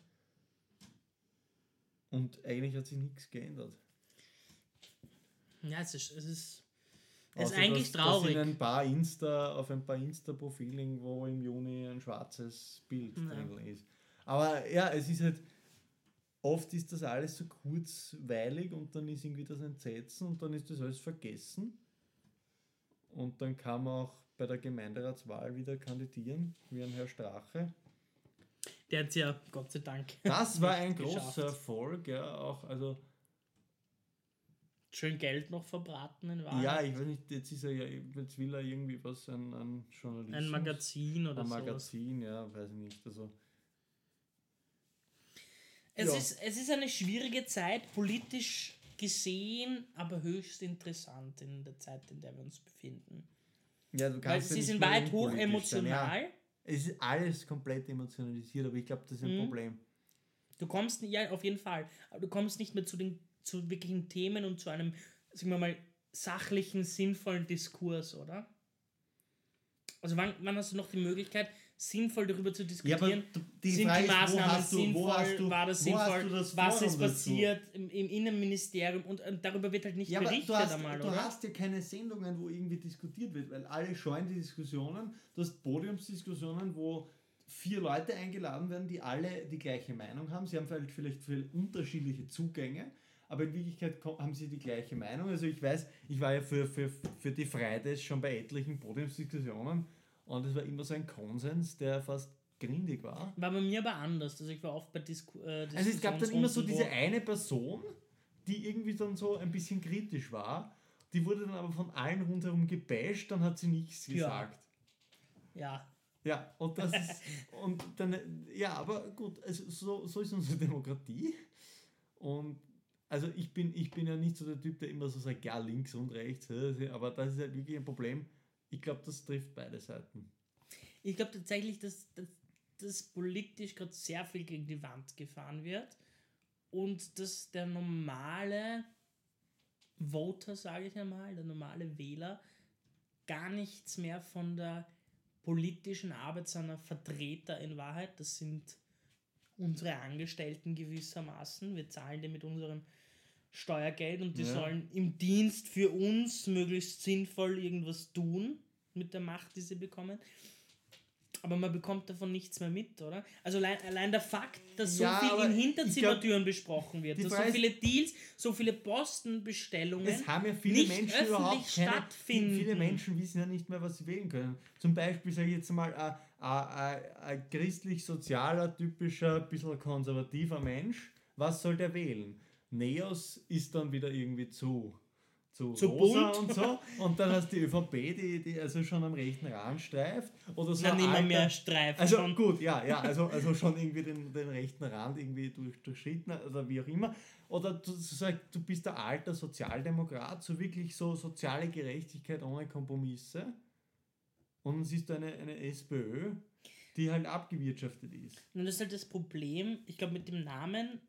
Und eigentlich hat sich nichts geändert. Ja, es ist, es ist, es ist Außer, eigentlich dass, traurig. Dass in ein paar Insta, auf ein paar Insta-Profilen, wo im Juni ein schwarzes Bild Ja. drin ist. Aber ja, es ist halt, oft ist das alles so kurzweilig und dann ist irgendwie das Entsetzen und dann ist das alles vergessen. Und dann kann man auch bei der Gemeinderatswahl wieder kandidieren, wie ein Herr Strache. Der hat ja, Gott sei Dank, Das war ein nicht großer geschafft. Erfolg, ja, auch, also Schön Geld noch verbraten in Wahrheit. ja, ich weiß nicht, jetzt ist er ja, jetzt will er irgendwie was, ein, ein Journalismus. Ein Magazin oder Ein so. Magazin, ja, weiß ich nicht, also Es, Ja. ist, es ist eine schwierige Zeit, politisch gesehen, aber höchst interessant in der Zeit, in der wir uns befinden. ja, du Weil kannst sie ja nicht sind nur weit hoch unpolitisch sein, ja. emotional. Es ist alles komplett emotionalisiert, aber ich glaube, das ist ein Mhm. Problem. Du kommst, ja, auf jeden Fall, aber du kommst nicht mehr zu den zu wirklichen Themen und zu einem, sagen wir mal, sachlichen, sinnvollen Diskurs, oder? Also wann, wann hast du noch die Möglichkeit, sinnvoll darüber zu diskutieren? du- die Sind Frage die ist, wo Maßnahmen hast du- wo sinnvoll? hast du- war das wo hast sinnvoll? du das Was ist Forum dazu? passiert im, im Innenministerium? Und, und darüber wird halt nicht Ja, aber berichtet du hast, einmal, du oder? hast ja keine Sendungen, wo irgendwie diskutiert wird, weil alle scheuen die Diskussionen. Du hast Podiumsdiskussionen, wo vier Leute eingeladen werden, die alle die gleiche Meinung haben. Sie haben vielleicht, vielleicht viel unterschiedliche Zugänge, aber in Wirklichkeit ko- haben sie die gleiche Meinung. Also ich weiß, ich war ja für, für, für die Fridays schon bei etlichen Podiumsdiskussionen und es war immer so ein Konsens, der fast grindig war. War bei mir aber anders. Also ich war oft bei Disku äh, Also es gab dann immer so Diskussionsrunden, diese wo- eine Person, die irgendwie dann so ein bisschen kritisch war. Die wurde dann aber von allen rundherum gebasht, dann hat sie nichts Ja. gesagt. Ja, Ja, und das ist, und dann, ja, aber gut, also so, so ist unsere Demokratie. Und also ich bin, ich bin ja nicht so der Typ, der immer so sagt, ja, links und rechts, aber das ist halt wirklich ein Problem. Ich glaube, das trifft beide Seiten. ich glaube tatsächlich, dass, dass, dass politisch gerade sehr viel gegen die Wand gefahren wird und dass der normale Voter, sage ich einmal, der normale Wähler, gar nichts mehr von der politischen Arbeit seiner Vertreter in Wahrheit, das sind unsere Angestellten gewissermaßen, wir zahlen die mit unserem Steuergeld und die Ja. sollen im Dienst für uns möglichst sinnvoll irgendwas tun mit der Macht, die sie bekommen. Aber man bekommt davon nichts mehr mit, oder? Also allein, allein der Fakt, dass so Ja, viel aber in ich Hinterzimmertüren besprochen wird, die dass so Frage ist- viele Deals, so viele Postenbestellungen Es haben ja viele nicht Menschen öffentlich überhaupt keine, stattfinden. viele Menschen wissen ja nicht mehr, was sie wählen können. Zum Beispiel sage ich jetzt mal, ein, ein, ein, ein christlich-sozialer, typischer, bisschen konservativer Mensch, was soll der wählen? Neos ist dann wieder irgendwie zu, zu, Zu rosa bunt. und so. Und dann hast du die ÖVP, die, die also schon am rechten Rand streift. Oder so dann ein immer alter- mehr Streifen. also schon. gut, ja, ja, also, also schon irgendwie den, den rechten Rand irgendwie durch, durchschritten oder wie auch immer. Oder du, sagst, du bist der alter Sozialdemokrat, so wirklich so soziale Gerechtigkeit ohne Kompromisse. Und dann siehst du eine, eine SPÖ, die halt abgewirtschaftet ist. Und das ist halt das Problem, ich glaube, mit dem Namen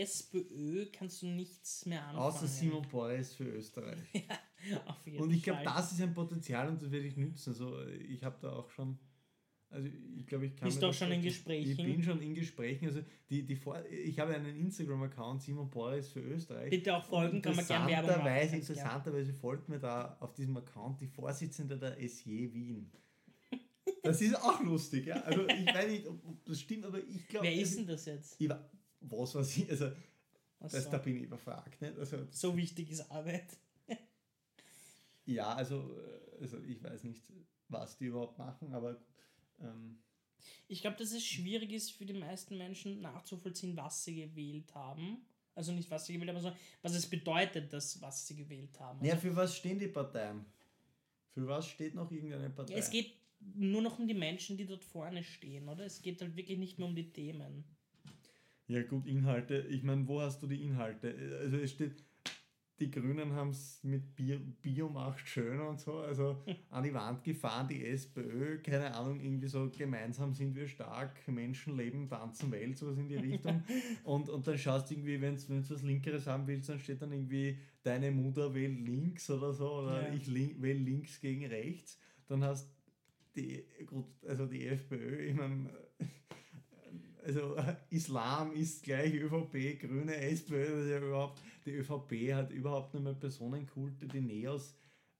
SPÖ kannst du nichts mehr anfangen. Außer Simon Boris für Österreich. Auf jeden Und ich glaube, Fall. das ist ein Potenzial und das werde ich nützen. Also ich habe da auch schon, also ich glaube, ich kann Bist mir du auch das schon in vorstellen. Gesprächen? Ich bin schon in Gesprächen. Also die, die Vor ich habe einen Instagram-Account, Simon Boris für Österreich. Bitte auch folgen, kann man gerne Werbung machen. Interessanterweise, ganz gern. interessanterweise folgt mir da auf diesem Account die Vorsitzende der S J Wien. Das ist auch lustig, ja. Also ich weiß nicht, ob, ob das stimmt, aber ich glaube... Wer ist denn das jetzt? Ich, wa- was weiß ich, also Ach das, so. da bin ich überfragt. Nicht? Also, So wichtig ist Arbeit. ja, also, äh, also ich weiß nicht, was die überhaupt machen, aber ähm, Ich glaube, dass es schwierig ist für die meisten Menschen nachzuvollziehen, was sie gewählt haben. Also nicht, was sie gewählt haben, sondern was es bedeutet, das, was sie gewählt haben. ja, Also, für was stehen die Parteien? Für was steht noch irgendeine Partei? ja, es geht nur noch um die Menschen, die dort vorne stehen, oder? Es geht halt wirklich nicht mehr um die Themen. Ja gut, Inhalte. Ich meine, wo hast du die Inhalte? Also es steht, die Grünen haben es mit Bio, Bio macht schön und so, also an die Wand gefahren, die SPÖ, keine Ahnung, irgendwie so gemeinsam sind wir stark, Menschen leben, tanzen Welt, sowas in die Richtung. und, und dann schaust du irgendwie, wenn du was Linkeres haben willst, dann steht dann irgendwie, deine Mutter wählt links oder so, oder Ja. ich lin wähle links gegen rechts. Dann hast die, gut, also die FPÖ, ich meine, also Islam ist gleich ÖVP, Grüne, SPÖ, das ist ja überhaupt, die ÖVP hat überhaupt nicht mehr Personenkulte, die Neos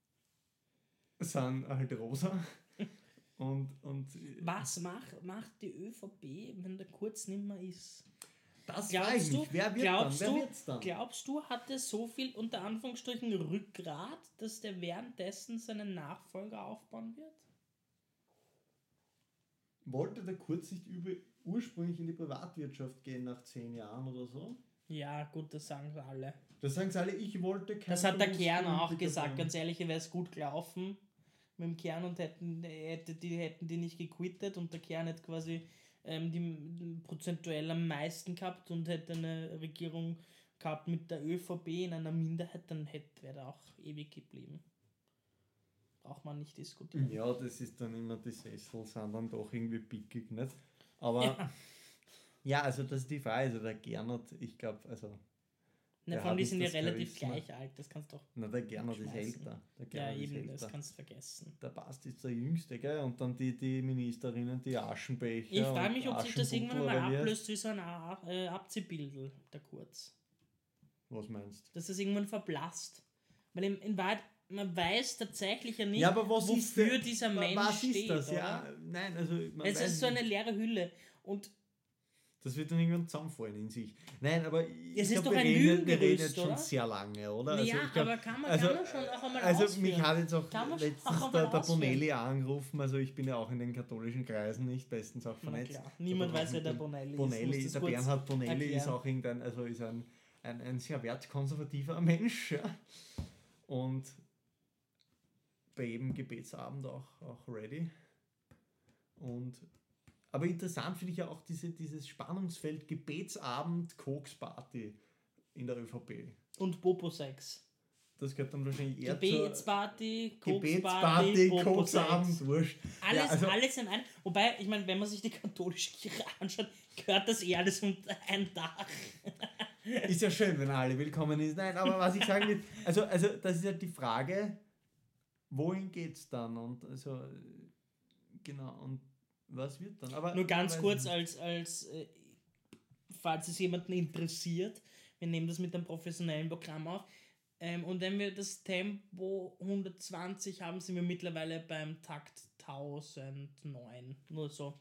sind halt rosa. Und, und Was macht, macht die ÖVP, wenn der Kurz nimmer ist? das Glaubst weiß ich du, nicht. Wer wird glaubst dann? Wer du, wird's dann? glaubst du, hat er so viel unter Anführungsstrichen Rückgrat, dass der währenddessen seinen Nachfolger aufbauen wird? Wollte der Kurz nicht über, ursprünglich in die Privatwirtschaft gehen nach zehn Jahren oder so? Ja, gut, das sagen sie alle. Da sagen sie alle, ich wollte kein Das hat der Berufspolitiker Kern auch gesagt, werden. ganz ehrlich, wäre es gut gelaufen mit dem Kern und hätten, hätte die, hätten die nicht gequittet und der Kern hätte quasi ähm, die prozentuell am meisten gehabt und hätte eine Regierung gehabt mit der ÖVP in einer Minderheit, dann hätte wäre er auch ewig geblieben. Braucht man nicht diskutieren. Ja, das ist dann immer, die Sessel sind dann doch irgendwie pickig, nicht? Aber Ja. ja, also das ist die Frage, also der Gernot, ich glaube, also Na, der vor allem, hat die nicht sind ja das relativ Charisma. gleich alt, das kannst du doch. Na, der Gernot ist Schmeißen. älter. Der Ja, Gernot ist eben, das älter. kannst du vergessen. Der Bast ist der Jüngste, gell? Und dann die, die Ministerinnen, die Aschenbecher. Ich frage und mich, ob sich das irgendwann Aschenputtel, mal oder wie ablöst wie so ein A- äh, Abziehbildel, der Kurz. Was meinst Dass das irgendwann verblasst. Weil in, in Wahrheit, man weiß tatsächlich ja nicht, Ja, aber was ist wofür denn- dieser wa- Mensch was ist steht. das? Oder? Ja, nein, also man Es weiß ist so eine nicht. leere Hülle. Und Das wird dann irgendwann zusammenfallen in sich. Nein, aber ich Es ist glaub, doch wir ein reden, wir reden Lügengerüst, jetzt schon oder? sehr lange, oder? ja, ich glaub, aber kann man, also, kann man schon auch einmal Also ausführen. mich hat jetzt auch Kann man schon letztens auch der, einmal der ausführen. Bonelli angerufen, also ich bin ja auch in den katholischen Kreisen nicht bestens auch Na vernetzt. klar, niemand Aber auch weiß, wer mit der dem Bonelli ist. Bonelli, Muss das der kurz Bernhard Bonelli ist erklären. auch irgendein, also ist ein, ein, ein sehr wertkonservativer Mensch, ja. Und bei jedem Gebetsabend auch, auch ready. Und aber interessant finde ich ja auch diese, dieses Spannungsfeld Gebetsabend, Koksparty in der ÖVP. Und Popo-Sex. Das gehört dann wahrscheinlich eher zur Gebetsparty, Gebetsparty, Koksparty, Koksabend, Popo-Sex. wurscht. Alles, Ja, also- alles in einem. Wobei, ich meine, wenn man sich die katholische Kirche anschaut, gehört das eh alles unter ein Dach. Ist ja schön, wenn alle willkommen ist. Nein, aber was ich sagen will, also, also das ist halt die Frage, wohin geht's dann? Und also, genau, und was wird dann? Aber Nur ganz weiß kurz, ich als, als äh, falls es jemanden interessiert, wir nehmen das mit einem professionellen Programm auf. Ähm, und wenn wir das Tempo hundertzwanzig haben, sind wir mittlerweile beim Takt tausendneun. Nur so.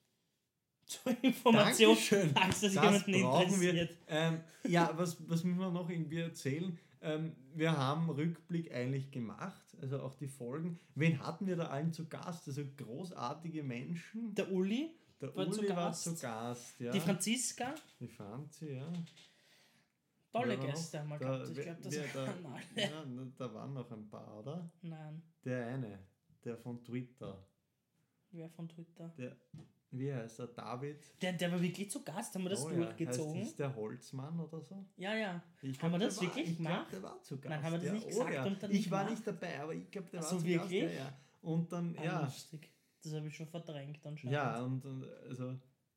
Zur Information, Dankeschön. falls das, Das jemanden brauchen wir. interessiert. Ähm, ja, was, was müssen wir noch irgendwie erzählen? Ähm, wir haben Rückblick eigentlich gemacht, also auch die Folgen. Wen hatten wir da allen zu Gast? Also großartige Menschen. Der Uli, Der war Uli zu war Gast. zu Gast, ja. die Franziska, Die Franzi, ja. tolle Wer war noch? Gäste haben wir Da- gehabt. Ich wer- glaube, das wer da- waren alle. Ja, na, da waren noch ein paar, oder? Nein, Der eine, der von Twitter. wer von Twitter? Der, wie heißt er? David? Der, der war wirklich zu Gast, haben wir das Oh ja, durchgezogen? heißt, ist der Holzmann oder so? Ja, ja. Ich Haben wir der das war, wirklich ich glaub, gemacht? der war zu Gast. Nein, haben wir das ja. nicht oh, gesagt ja. und dann Ich nicht war gemacht? nicht dabei, aber ich glaube, der Ach war so, zu wirklich? Gast. Ja, ja. Und dann, Ah, ja. lustig. Das habe ich schon verdrängt anscheinend. Ja, und, und also.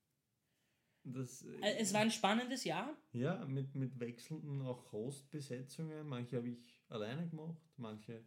Das, Äh, Es war ein spannendes Jahr. ja, mit, mit wechselnden auch Host-Besetzungen. Manche habe ich alleine gemacht, manche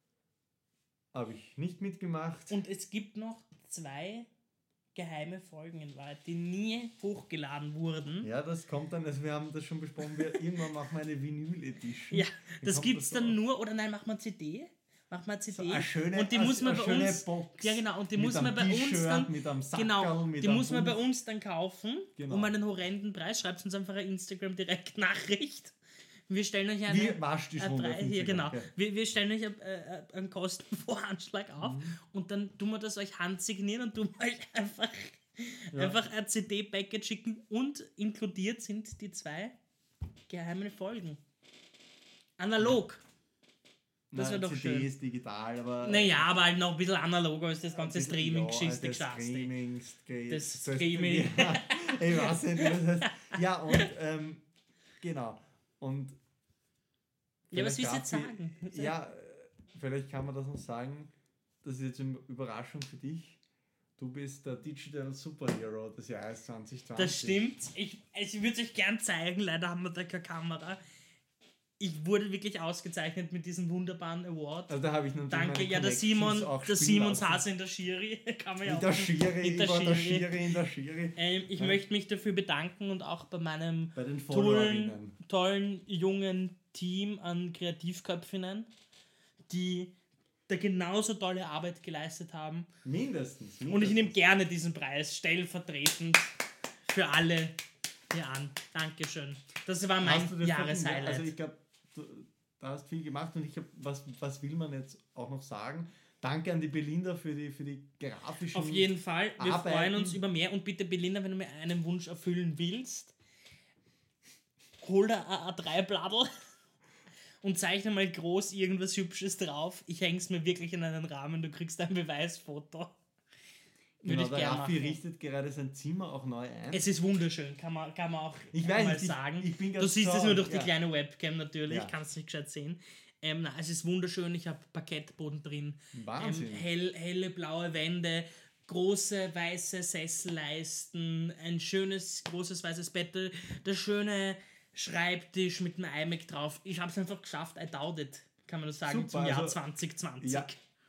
habe ich nicht mitgemacht. Und es gibt noch zwei geheime Folgen in Wahrheit, die nie hochgeladen wurden. Ja, das kommt dann, also wir haben das schon besprochen, wir irgendwann machen wir eine Vinyl-Edition. Ja, Dann das kommt gibt's das dann auch. nur, oder nein, machen wir C D. Mach mal C D. So eine schöne, und die muss man bei schöne uns. Box Ja, genau. Und die mit muss einem man bei uns T-Shirt, dann. mit einem Sackerl, Genau. mit Die einem muss man bei Buch. uns dann kaufen. Genau. Um einen horrenden Preis. Schreibt uns einfach eine Instagram-Direkt-Nachricht. Wir stellen euch einen, Wie Waschtischrunde auf hier, Instagram, genau. okay. wir, wir stellen euch einen, äh, einen Kostenvoranschlag auf Mhm. und dann tun wir das euch handsignieren und tun wir euch einfach, Ja. einfach ein C D-Packet schicken und inkludiert sind die zwei geheimen Folgen. Analog. Das wäre Nein, doch C D schön. ist digital, aber... Naja, aber halt noch ein bisschen analoger als das ganze Ja, Streaming-Geschichte das geschafft. Streaming, Streaming, Das Streaming. Ich weiß nicht, wie das heißt. Ja, und ähm, genau. Und Ja, was vielleicht willst du jetzt darf sagen? ich- Ja, äh, vielleicht kann man das noch sagen. Das ist jetzt eine Überraschung für dich. Du bist der Digital Superhero des Jahres zwanzig zwanzig. Das stimmt. Ich, ich würde es euch gern zeigen, leider haben wir da keine Kamera. Ich wurde wirklich ausgezeichnet mit diesem wunderbaren Award. Also da habe ich natürlich Danke, meine ja, der Connections Simon, auch der spielen Simon lassen. saß in der Jury. Kann man ja In auch der machen. Jury, in der ich war in der Jury. Jury, in der Jury. Ähm, ich Ja. möchte mich dafür bedanken und auch bei meinem Bei den tollen, Followerinnen. tollen, jungen Team an Kreativköpfinnen, die da genauso tolle Arbeit geleistet haben. Mindestens. mindestens. Und ich nehme gerne diesen Preis stellvertretend für alle hier an. Dankeschön. Das war mein Hast du das Jahreshighlight. Also ich glaube, du, du hast viel gemacht und ich glaube, was, was will man jetzt auch noch sagen? Danke an die Belinda für die, für die grafischen Auf jeden Fall. Wir Arbeiten. freuen uns über mehr. Und bitte, Belinda, wenn du mir einen Wunsch erfüllen willst, hol da ein A drei Blattl und zeichne mal groß irgendwas Hübsches drauf. Ich hänge es mir wirklich in einen Rahmen. Du kriegst ein Beweisfoto. Würde Genau, ich der gerne Raffi machen. richtet gerade sein Zimmer auch neu ein. Es ist wunderschön, kann man, kann man auch Ich weiß mal nicht, ich- sagen. ich bin du ganz siehst es traurig, nur durch die ja. kleine Webcam natürlich, Ja. kannst nicht gescheit sehen. Ähm, na, es ist wunderschön, ich habe Parkettboden drin, Wahnsinn. ähm, hell, helle blaue Wände, große weiße Sesselleisten, ein schönes großes weißes Bett, der schöne Schreibtisch mit einem iMac drauf. Ich habe es einfach geschafft, I doubt it, kann man nur sagen, Super, zum Jahr also- zwanzig zwanzig. Ja.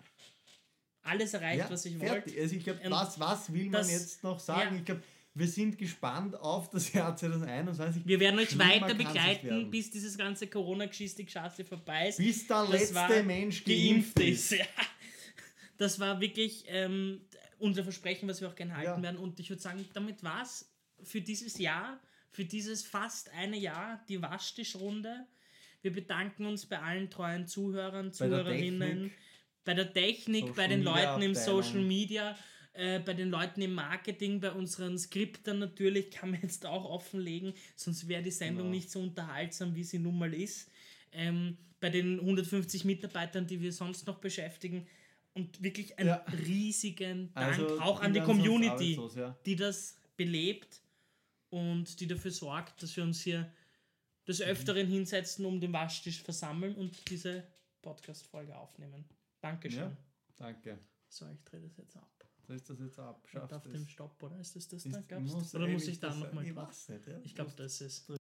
Alles erreicht, Ja, was ich fertig. wollte. Also ich glaube, Und was, was will man das- jetzt noch sagen? ja. Ich glaube, wir sind gespannt auf das Jahr zwanzig einundzwanzig. Wir werden euch Schlimmer weiter kann's nicht begleiten, werden. bis dieses ganze Corona-Geschichte vorbei ist. Bis der Das letzte war Mensch geimpft geimpft ist. ist. Ja. Das war wirklich ähm, unser Versprechen, was wir auch gerne halten Ja. werden. Und ich würde sagen, damit war es für dieses Jahr, für dieses fast eine Jahr, die Waschtischrunde. Wir bedanken uns bei allen treuen Zuhörern, Bei der Zuhörerinnen, Technik. bei der Technik, Social bei den Media Leuten im Abteilung. Social Media, äh, bei den Leuten im Marketing, bei unseren Skriptern natürlich, kann man jetzt auch offenlegen, sonst wäre die Sendung Genau. nicht so unterhaltsam, wie sie nun mal ist. Ähm, bei den hundertfünfzig Mitarbeitern, die wir sonst noch beschäftigen. Und wirklich einen Ja. riesigen Dank Also, auch an die werden sonst Community, arbeitslos, ja. die das belebt und die dafür sorgt, dass wir uns hier des Mhm. Öfteren hinsetzen, um den Waschtisch versammeln und diese Podcast-Folge aufnehmen. Dankeschön. Ja, danke. So, ich drehe das jetzt ab. So ist das jetzt ab. Und Schafft auf es. dem Stopp, oder? Ist das das Ist- da? Glaubst du? muss Oder muss ehrlich ich da das nochmal sein? Ich drauf? weiß nicht, ja. Ich glaube, das ist.